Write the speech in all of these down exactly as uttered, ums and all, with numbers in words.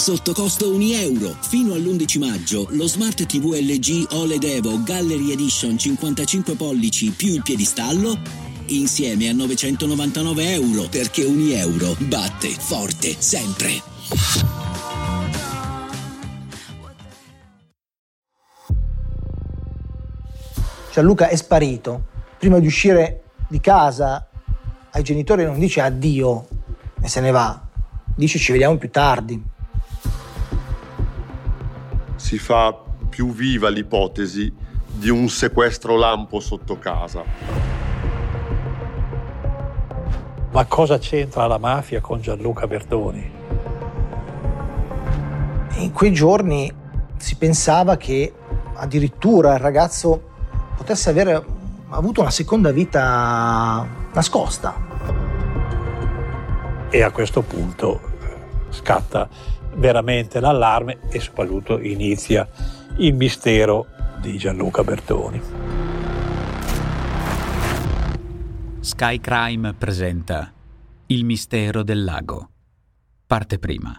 sotto costo un euro. Fino all'undici maggio lo Smart ti vu L G O L E D Evo Gallery Edition cinquantacinque pollici più il piedistallo insieme a novecentonovantanove euro, perché un euro batte forte sempre. Gianluca è sparito. Prima di uscire di casa ai genitori non dice addio e se ne va, dice ci vediamo più tardi. Si fa più viva l'ipotesi di un sequestro lampo sotto casa. Ma cosa c'entra la mafia con Gianluca Bertoni? In quei giorni si pensava che addirittura il ragazzo potesse avere avuto una seconda vita nascosta. E a questo punto scatta veramente l'allarme e soprattutto inizia il mistero di Gianluca Bertoni. Sky Crime presenta Il mistero del lago, parte prima.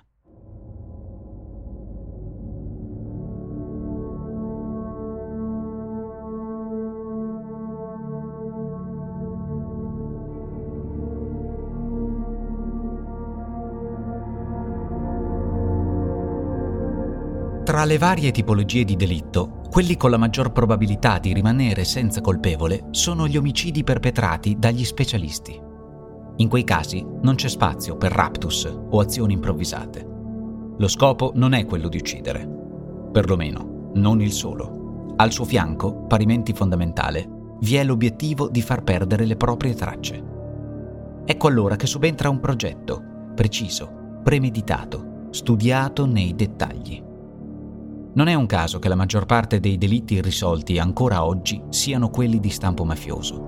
Tra le varie tipologie di delitto, quelli con la maggior probabilità di rimanere senza colpevole sono gli omicidi perpetrati dagli specialisti. In quei casi non c'è spazio per raptus o azioni improvvisate. Lo scopo non è quello di uccidere, perlomeno non il solo. Al suo fianco, parimenti fondamentale, vi è l'obiettivo di far perdere le proprie tracce. Ecco allora che subentra un progetto preciso, premeditato, studiato nei dettagli. Non è un caso che la maggior parte dei delitti irrisolti ancora oggi siano quelli di stampo mafioso.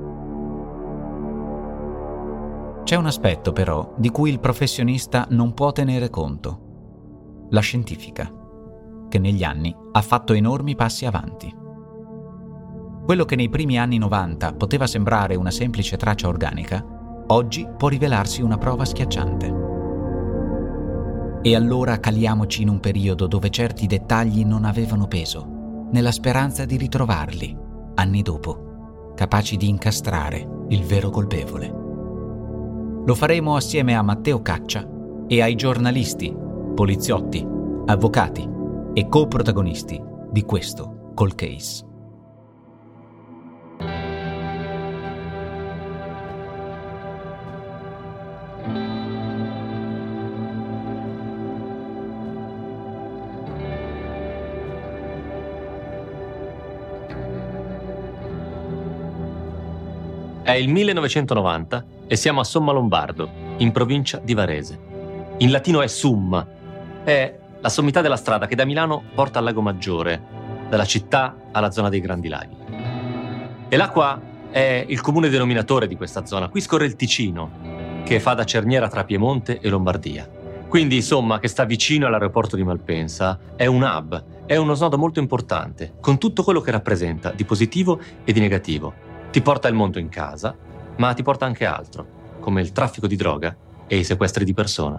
C'è un aspetto però di cui il professionista non può tenere conto: la scientifica, che negli anni ha fatto enormi passi avanti. Quello che nei primi anni novanta poteva sembrare una semplice traccia organica, oggi può rivelarsi una prova schiacciante. E allora caliamoci in un periodo dove certi dettagli non avevano peso, nella speranza di ritrovarli, anni dopo, capaci di incastrare il vero colpevole. Lo faremo assieme a Matteo Caccia e ai giornalisti, poliziotti, avvocati e coprotagonisti di questo cold case. È il millenovecentonovanta e siamo a Sommalombardo, in provincia di Varese. In latino è Summa, è la sommità della strada che da Milano porta al Lago Maggiore, dalla città alla zona dei Grandi Laghi. E là qua è il comune denominatore di questa zona. Qui scorre il Ticino, che fa da cerniera tra Piemonte e Lombardia. Quindi, insomma, che sta vicino all'aeroporto di Malpensa, è un hub, è uno snodo molto importante, con tutto quello che rappresenta di positivo e di negativo. Ti porta il mondo in casa, ma ti porta anche altro, come il traffico di droga e i sequestri di persona.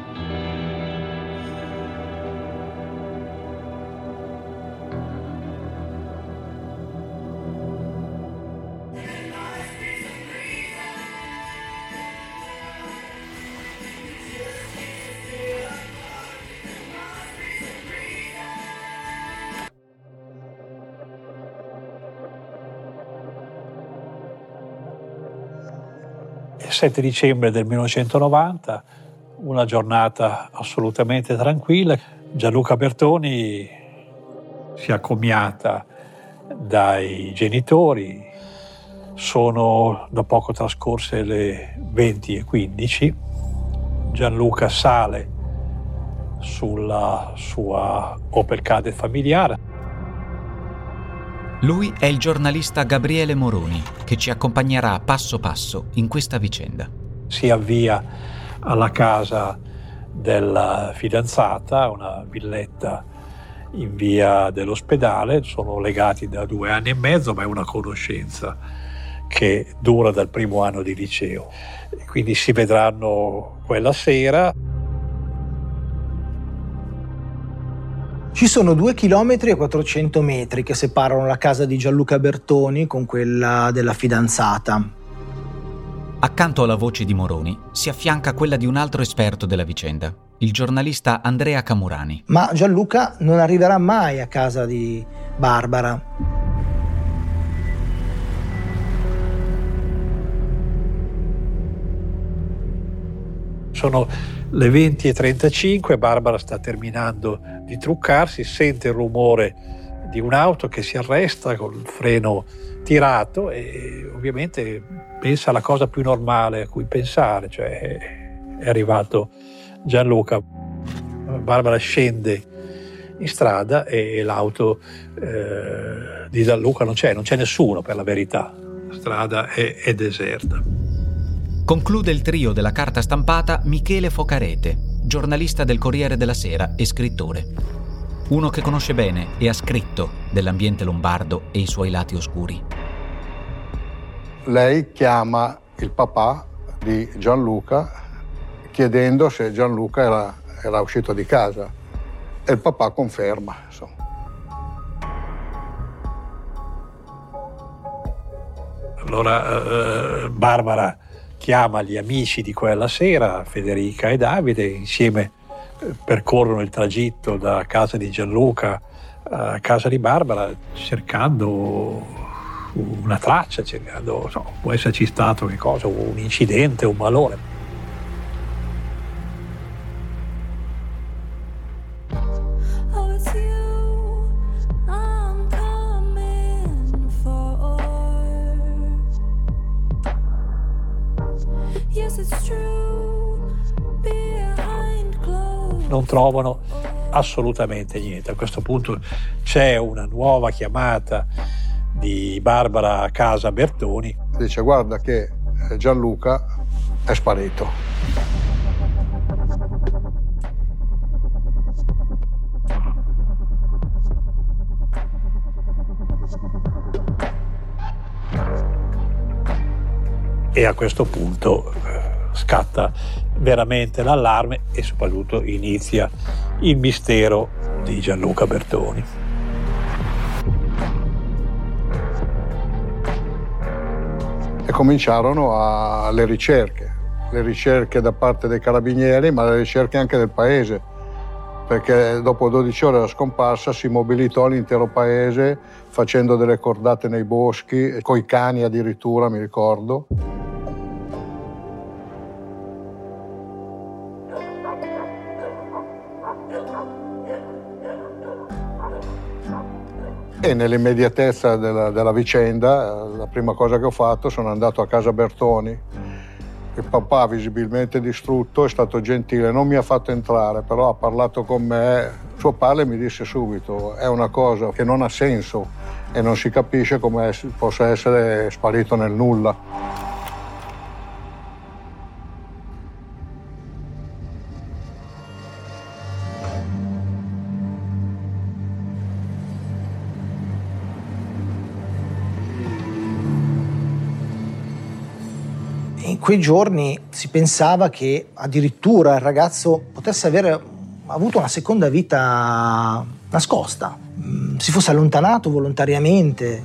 sette dicembre del millenovecentonovanta, una giornata assolutamente tranquilla. Gianluca Bertoni si accomiata dai genitori, sono da poco trascorse le venti e quindici. Gianluca sale sulla sua Opel Kadett familiare. Lui è il giornalista Gabriele Moroni, che ci accompagnerà passo passo in questa vicenda. Si avvia alla casa della fidanzata, una villetta in via dell'Ospedale. Sono legati da due anni e mezzo, ma è una conoscenza che dura dal primo anno di liceo. Quindi si vedranno quella sera. Ci sono due chilometri e quattrocento metri che separano la casa di Gianluca Bertoni con quella della fidanzata. Accanto alla voce di Moroni si affianca quella di un altro esperto della vicenda, il giornalista Andrea Camurani. Ma Gianluca non arriverà mai a casa di Barbara. Sono le venti e trentacinque, Barbara sta terminando di truccarsi, sente il rumore di un'auto che si arresta col freno tirato e ovviamente pensa alla cosa più normale a cui pensare, cioè è arrivato Gianluca. Barbara scende in strada e l'auto eh, di Gianluca non c'è, non c'è nessuno per la verità, la strada è, è deserta. Conclude il trio della carta stampata Michele Focarete, giornalista del Corriere della Sera e scrittore. Uno che conosce bene e ha scritto dell'ambiente lombardo e i suoi lati oscuri. Lei chiama il papà di Gianluca chiedendo se Gianluca era, era uscito di casa e il papà conferma, insomma. Allora eh, Barbara chiama gli amici di quella sera, Federica e Davide, insieme eh, percorrono il tragitto da casa di Gianluca a casa di Barbara cercando una traccia, cercando, so, può esserci stato che cosa, un incidente, un malore. Non trovano assolutamente niente. A questo punto c'è una nuova chiamata di Barbara a casa Bertoni. Dice: guarda che Gianluca è sparito. E a questo punto scatta veramente l'allarme e soprattutto inizia il mistero di Gianluca Bertoni. E cominciarono a, le ricerche, le ricerche da parte dei carabinieri, ma le ricerche anche del paese, perché dopo dodici ore dalla scomparsa si mobilitò l'intero paese facendo delle cordate nei boschi, coi cani addirittura, mi ricordo. E nell'immediatezza della, della vicenda, la prima cosa che ho fatto, sono andato a casa Bertoni. Il papà, visibilmente distrutto, è stato gentile, non mi ha fatto entrare, però ha parlato con me. Suo padre mi disse subito: è una cosa che non ha senso e non si capisce come possa essere sparito nel nulla. In quei giorni si pensava che addirittura il ragazzo potesse avere avuto una seconda vita nascosta, si fosse allontanato volontariamente.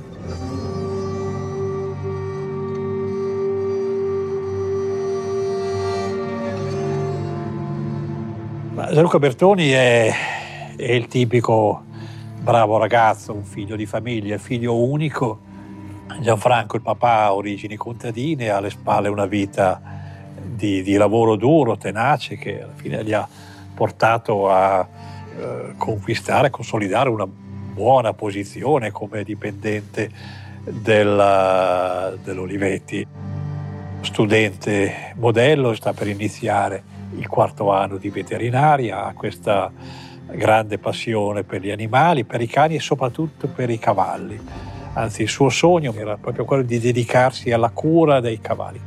Ma Gianluca Bertoni è, è il tipico bravo ragazzo, un figlio di famiglia, figlio unico. Gianfranco, il papà, ha origini contadine, ha alle spalle una vita di, di lavoro duro, tenace, che alla fine gli ha portato a eh, conquistare, consolidare una buona posizione come dipendente della, dell'Olivetti. Studente modello, sta per iniziare il quarto anno di veterinaria, ha questa grande passione per gli animali, per i cani e soprattutto per i cavalli. Anzi, il suo sogno era proprio quello di dedicarsi alla cura dei cavalli.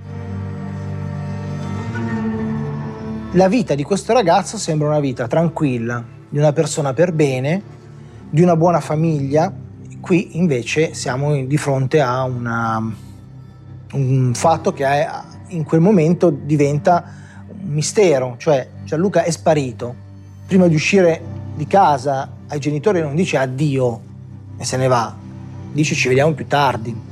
La vita di questo ragazzo sembra una vita tranquilla, di una persona per bene, di una buona famiglia. Qui invece siamo di fronte a una, un fatto che è, in quel momento diventa un mistero, cioè Gianluca è sparito. Prima di uscire di di casa ai genitori non dice addio e se ne va, dice ci vediamo più tardi.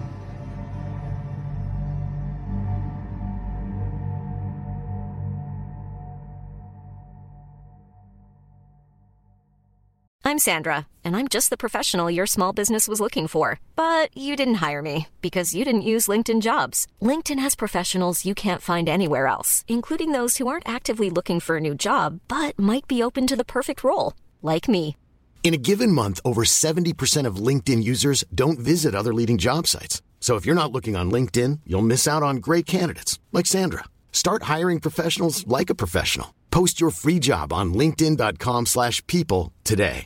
I'm Sandra, and I'm just the professional your small business was looking for. But you didn't hire me because you didn't use LinkedIn Jobs. LinkedIn has professionals you can't find anywhere else, including those who aren't actively looking for a new job, but might be open to the perfect role, like me. In a given month, over seventy percent of LinkedIn users don't visit other leading job sites. So if you're not looking on LinkedIn, you'll miss out on great candidates, like Sandra. Start hiring professionals like a professional. Post your free job on linkedin.com slash people today.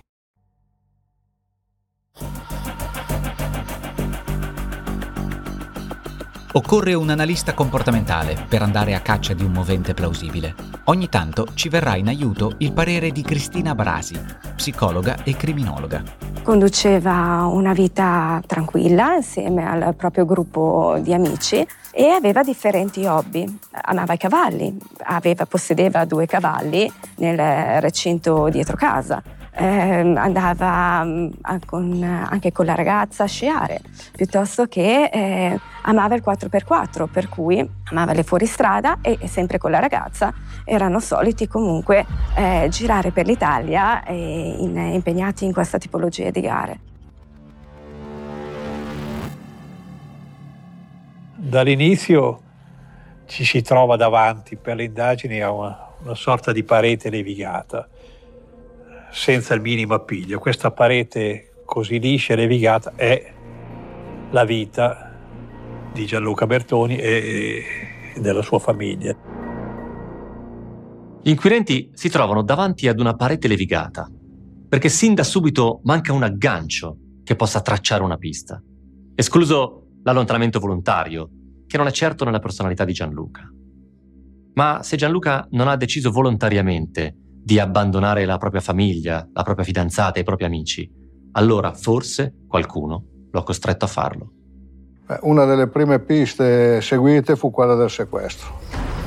Occorre un analista comportamentale per andare a caccia di un movente plausibile. Ogni tanto ci verrà in aiuto il parere di Cristina Brasi, psicologa e criminologa. Conduceva una vita tranquilla insieme al proprio gruppo di amici e aveva differenti hobby. Amava i cavalli, aveva, possedeva due cavalli nel recinto dietro casa. Eh, andava mh, con, anche con la ragazza a sciare, piuttosto che eh, amava il quattro per quattro, per cui amava le fuoristrada e, e sempre con la ragazza erano soliti comunque eh, girare per l'Italia e in, impegnati in questa tipologia di gare. Dall'inizio ci si trova davanti per le indagini a una, una sorta di parete levigata, senza il minimo appiglio. Questa parete così liscia e levigata è la vita di Gianluca Bertoni e della sua famiglia. Gli inquirenti si trovano davanti ad una parete levigata, perché sin da subito manca un aggancio che possa tracciare una pista, escluso l'allontanamento volontario, che non è certo nella personalità di Gianluca. Ma se Gianluca non ha deciso volontariamente di abbandonare la propria famiglia, la propria fidanzata e i propri amici, allora forse qualcuno lo ha costretto a farlo. Beh, una delle prime piste seguite fu quella del sequestro.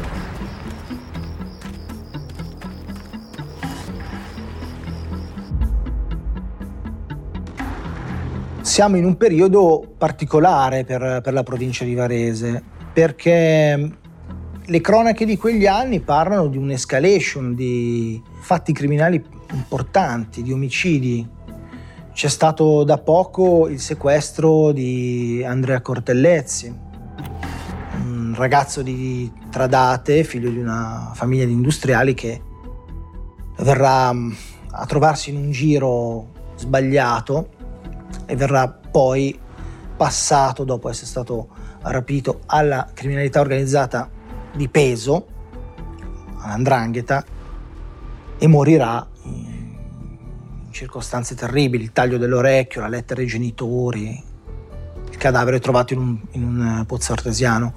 Siamo in un periodo particolare per, per la provincia di Varese, perché le cronache di quegli anni parlano di un'escalation di fatti criminali importanti, di omicidi. C'è stato da poco il sequestro di Andrea Cortellezzi, un ragazzo di Tradate, figlio di una famiglia di industriali, che verrà a trovarsi in un giro sbagliato e verrà poi passato, dopo essere stato rapito, alla criminalità organizzata di peso, all''ndrangheta, e morirà in circostanze terribili: il taglio dell'orecchio, la lettera ai genitori, il cadavere trovato in un, in un pozzo artesiano.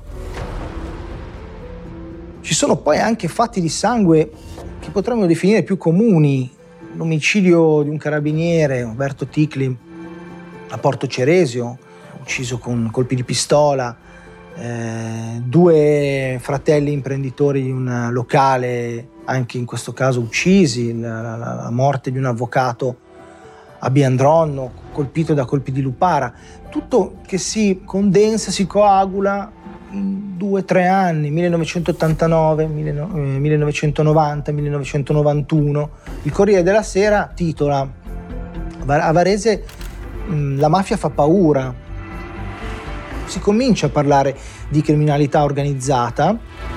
Ci sono poi anche fatti di sangue che potremmo definire più comuni: l'omicidio di un carabiniere, Umberto Ticli, a Porto Ceresio, ucciso con colpi di pistola. Eh, due fratelli imprenditori di un locale, anche in questo caso uccisi, la, la, la morte di un avvocato a Biandronno, colpito da colpi di lupara. Tutto che si condensa, si coagula in due o tre anni, millenovecentottantanove, millenovecentonovanta, millenovecentonovantuno. Il Corriere della Sera titola: a Varese la mafia fa paura. Si comincia a parlare di criminalità organizzata.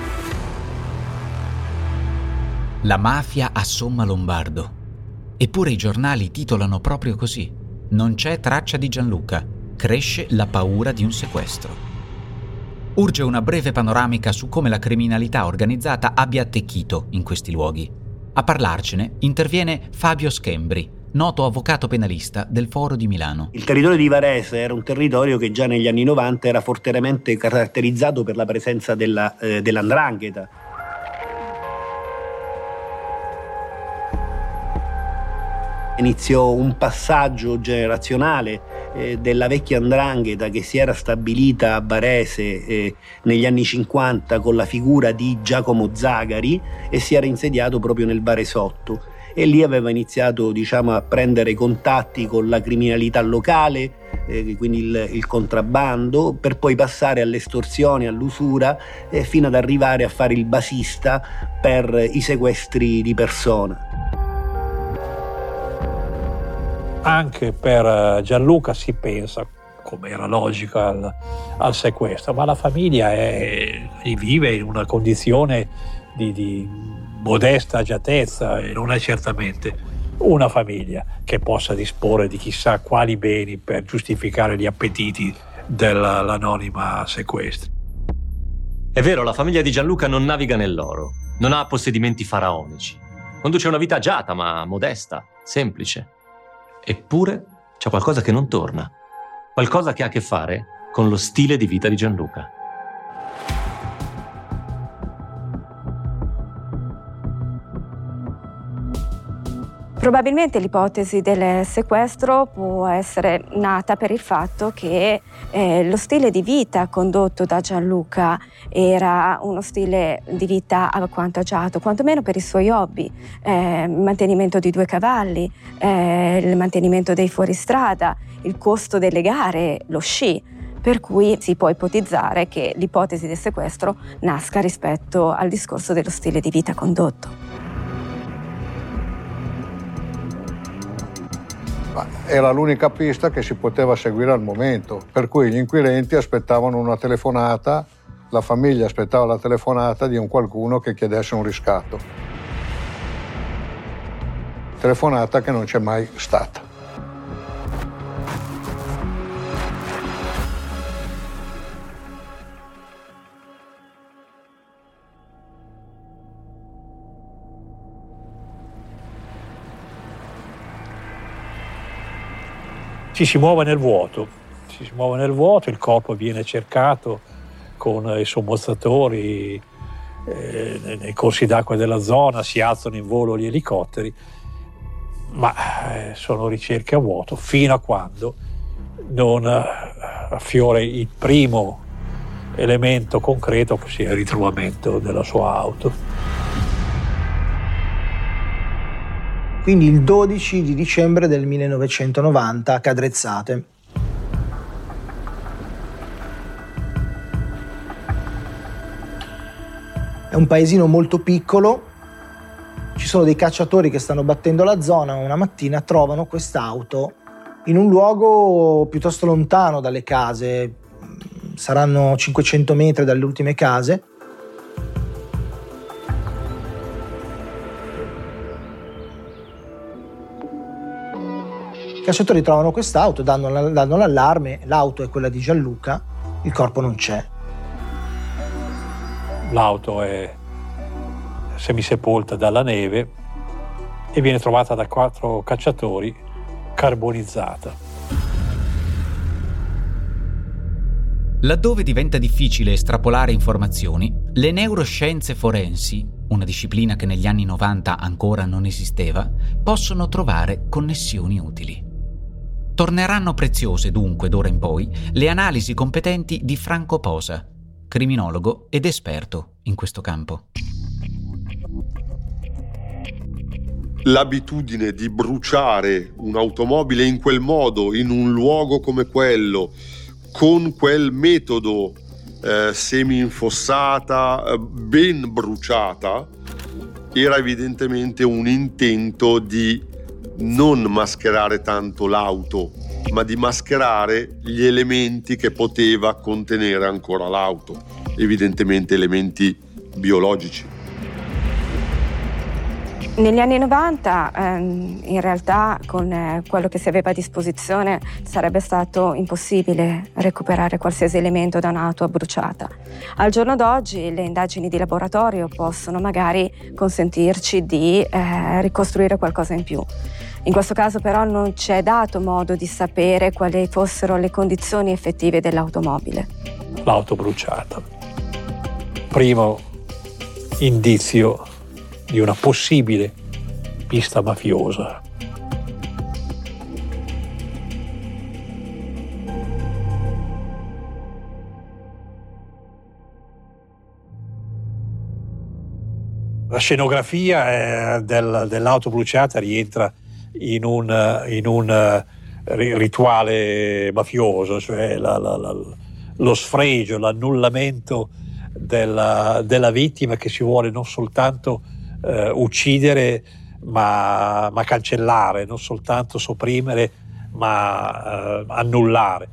La mafia a Sommalombardo. Eppure i giornali titolano proprio così: non c'è traccia di Gianluca, cresce la paura di un sequestro. Urge una breve panoramica su come la criminalità organizzata abbia attecchito in questi luoghi. A parlarcene interviene Fabio Schembri, noto avvocato penalista del Foro di Milano. Il territorio di Varese era un territorio che già negli anni novanta era fortemente caratterizzato per la presenza della, eh, dell'andrangheta. Iniziò un passaggio generazionale eh, della vecchia 'ndrangheta che si era stabilita a Varese eh, negli anni cinquanta con la figura di Giacomo Zagari e si era insediato proprio nel Varesotto. e lì aveva iniziato, diciamo, a prendere contatti con la criminalità locale, eh, quindi il, il contrabbando, per poi passare alle estorsioni, all'usura, eh, fino ad arrivare a fare il basista per i sequestri di persona. Anche per Gianluca si pensa, come era logico, al, al sequestro, ma la famiglia è, vive in una condizione di, di modesta agiatezza e non è certamente una famiglia che possa disporre di chissà quali beni per giustificare gli appetiti dell'anonima sequestri. È vero, la famiglia di Gianluca non naviga nell'oro, non ha possedimenti faraonici, conduce una vita agiata ma modesta, semplice. Eppure c'è qualcosa che non torna, qualcosa che ha a che fare con lo stile di vita di Gianluca. Probabilmente l'ipotesi del sequestro può essere nata per il fatto che eh, lo stile di vita condotto da Gianluca era uno stile di vita alquanto agiato, quantomeno per i suoi hobby, eh, mantenimento di due cavalli, eh, il mantenimento dei fuoristrada, il costo delle gare, lo sci. Per cui si può ipotizzare che l'ipotesi del sequestro nasca rispetto al discorso dello stile di vita condotto. Era l'unica pista che si poteva seguire al momento, per cui gli inquirenti aspettavano una telefonata, la famiglia aspettava la telefonata di un qualcuno che chiedesse un riscatto. Telefonata che non c'è mai stata. Ci si muove nel vuoto, ci si muove nel vuoto, il corpo viene cercato con i sommozzatori eh, nei corsi d'acqua della zona, si alzano in volo gli elicotteri, ma eh, sono ricerche a vuoto fino a quando non eh, affiora il primo elemento concreto, che sia il ritrovamento della sua auto. Quindi il dodici di dicembre del millenovecentonovanta a Cadrezzate. È un paesino molto piccolo, ci sono dei cacciatori che stanno battendo la zona, una mattina trovano quest'auto in un luogo piuttosto lontano dalle case, saranno cinquecento metri dalle ultime case. I cacciatori trovano quest'auto, danno, danno l'allarme, l'auto è quella di Gianluca, il corpo non c'è. L'auto è semisepolta dalla neve e viene trovata da quattro cacciatori carbonizzata. Laddove diventa difficile estrapolare informazioni, le neuroscienze forensi, una disciplina che negli anni novanta ancora non esisteva, possono trovare connessioni utili. Torneranno preziose dunque d'ora in poi le analisi competenti di Franco Posa, criminologo ed esperto in questo campo. L'abitudine di bruciare un'automobile in quel modo, in un luogo come quello, con quel metodo eh, semi-infossata, eh, ben bruciata, era evidentemente un intento di non mascherare tanto l'auto, ma di mascherare gli elementi che poteva contenere ancora l'auto, evidentemente elementi biologici. Negli anni novanta ehm, in realtà con eh, quello che si aveva a disposizione sarebbe stato impossibile recuperare qualsiasi elemento da un'auto bruciata. Al giorno d'oggi le indagini di laboratorio possono magari consentirci di eh, ricostruire qualcosa in più. In questo caso però non c'è dato modo di sapere quali fossero le condizioni effettive dell'automobile. L'auto bruciata. Primo indizio di una possibile pista mafiosa. La scenografia del, dell'auto bruciata rientra in un, in un rituale mafioso, cioè la, la, la, lo sfregio, l'annullamento della, della vittima che si vuole non soltanto eh, uccidere ma, ma cancellare, non soltanto sopprimere ma eh, annullare.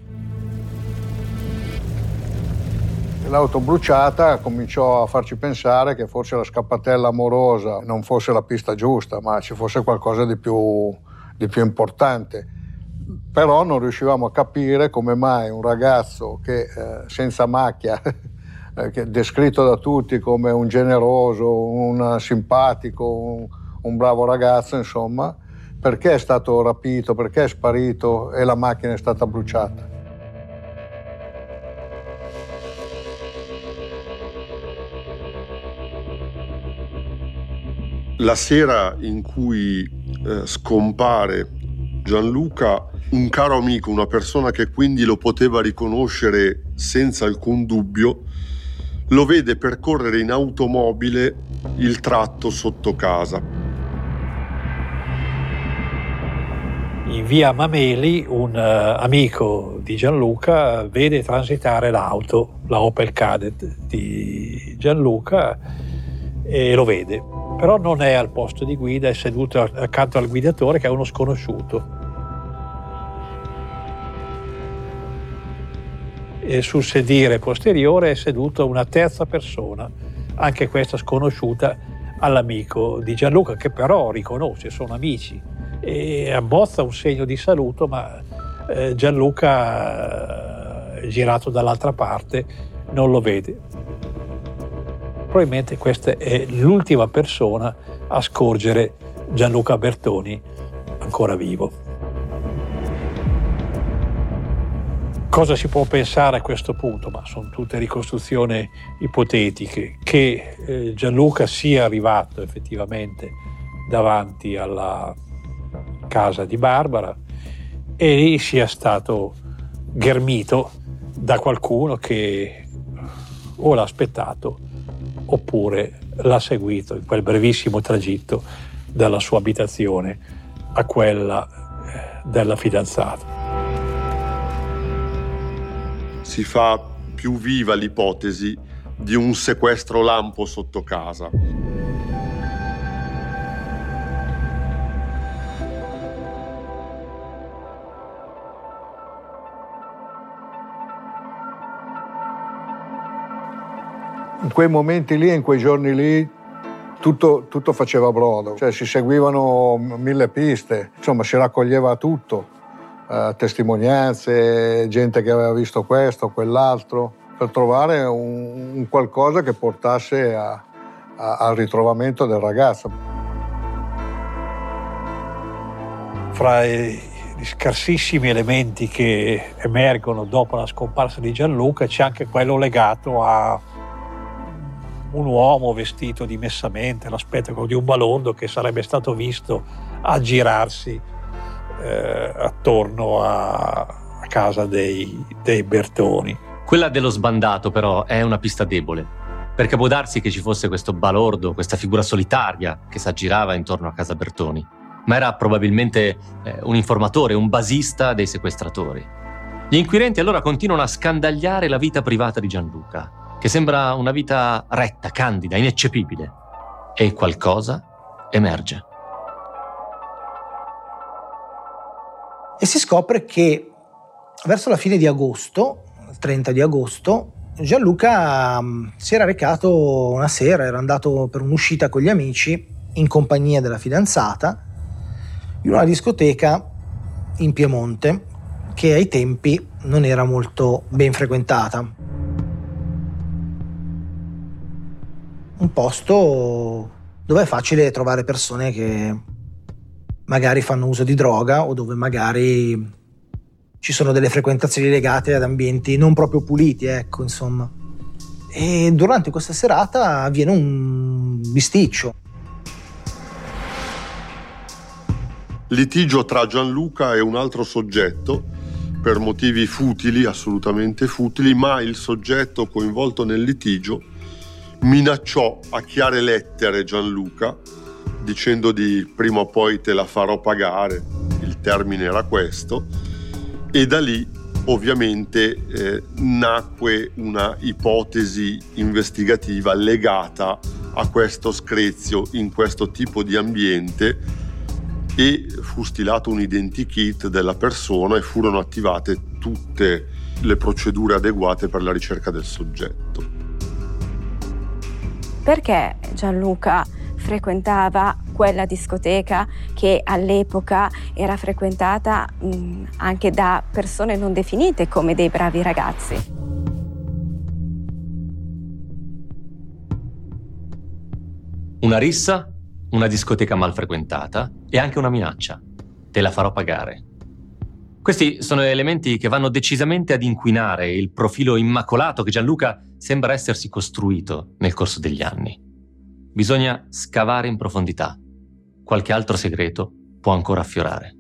L'auto bruciata cominciò a farci pensare che forse la scappatella amorosa non fosse la pista giusta, ma ci fosse qualcosa di più, di più importante. Però non riuscivamo a capire come mai un ragazzo che eh, senza macchia, eh, che descritto da tutti come un generoso, un simpatico, un, un bravo ragazzo, insomma, perché è stato rapito, perché è sparito e la macchina è stata bruciata. La sera in cui eh, scompare Gianluca, un caro amico, una persona che quindi lo poteva riconoscere senza alcun dubbio, lo vede percorrere in automobile il tratto sotto casa. In via Mameli un uh, amico di Gianluca vede transitare l'auto, la Opel Kadett di Gianluca, e lo vede. Però non è al posto di guida, è seduto accanto al guidatore che è uno sconosciuto. E sul sedile posteriore è seduta una terza persona, anche questa sconosciuta all'amico di Gianluca, che però riconosce, sono amici, e abbozza un segno di saluto, ma eh, Gianluca, eh, girato dall'altra parte, non lo vede. Probabilmente questa è l'ultima persona a scorgere Gianluca Bertoni ancora vivo. Cosa si può pensare a questo punto? Ma sono tutte ricostruzioni ipotetiche. Che eh, Gianluca sia arrivato effettivamente davanti alla casa di Barbara e lì sia stato ghermito da qualcuno che o l'ha aspettato oppure l'ha seguito in quel brevissimo tragitto dalla sua abitazione a quella della fidanzata. Si fa più viva l'ipotesi di un sequestro lampo sotto casa. In quei momenti lì, in quei giorni lì, tutto, tutto faceva brodo, cioè si seguivano mille piste, insomma si raccoglieva tutto, eh, testimonianze, gente che aveva visto questo, quell'altro, per trovare un, un qualcosa che portasse a, a, al ritrovamento del ragazzo. Fra i scarsissimi elementi che emergono dopo la scomparsa di Gianluca c'è anche quello legato a un uomo vestito dimessamente, l'aspetto di un balordo che sarebbe stato visto aggirarsi eh, attorno a, a casa dei, dei Bertoni. Quella dello sbandato però è una pista debole, perché può darsi che ci fosse questo balordo, questa figura solitaria che s'aggirava intorno a casa Bertoni, ma era probabilmente eh, un informatore, un basista dei sequestratori. Gli inquirenti allora continuano a scandagliare la vita privata di Gianluca, che sembra una vita retta, candida, ineccepibile. E qualcosa emerge. E si scopre che verso la fine di agosto, il trenta di agosto, Gianluca um, si era recato una sera, era andato per un'uscita con gli amici in compagnia della fidanzata in una discoteca in Piemonte che ai tempi non era molto ben frequentata. Un posto dove è facile trovare persone che magari fanno uso di droga o dove magari ci sono delle frequentazioni legate ad ambienti non proprio puliti, ecco, insomma. E durante questa serata avviene un bisticcio. Litigio tra Gianluca e un altro soggetto per motivi futili, assolutamente futili, ma il soggetto coinvolto nel litigio minacciò a chiare lettere Gianluca dicendo di prima o poi te la farò pagare, il termine era questo, e da lì ovviamente eh, nacque una ipotesi investigativa legata a questo screzio in questo tipo di ambiente e fu stilato un identikit della persona e furono attivate tutte le procedure adeguate per la ricerca del soggetto. Perché Gianluca frequentava quella discoteca che all'epoca era frequentata mh, anche da persone non definite come dei bravi ragazzi? Una rissa, una discoteca mal frequentata e anche una minaccia. Te la farò pagare. Questi sono elementi che vanno decisamente ad inquinare il profilo immacolato che Gianluca sembra essersi costruito nel corso degli anni. Bisogna scavare in profondità. Qualche altro segreto può ancora affiorare.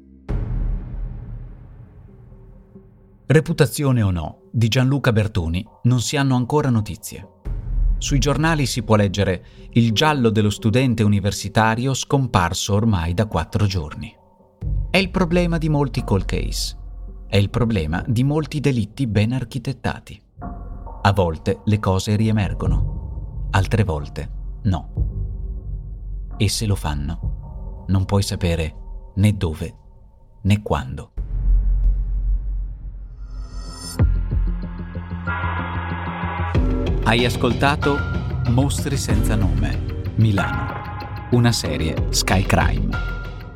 Reputazione o no, di Gianluca Bertoni non si hanno ancora notizie. Sui giornali si può leggere il giallo dello studente universitario scomparso ormai da quattro giorni. È il problema di molti cold case. È il problema di molti delitti ben architettati. A volte le cose riemergono, altre volte no. E se lo fanno, non puoi sapere né dove né quando. Hai ascoltato Mostri senza nome, Milano, una serie Sky Crime.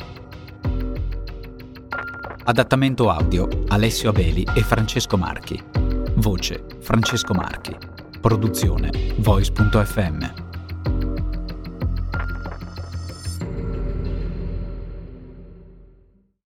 Adattamento audio Alessio Abeli e Francesco Marchi. Voce Francesco Marchi. Produzione Voice punto effe emme.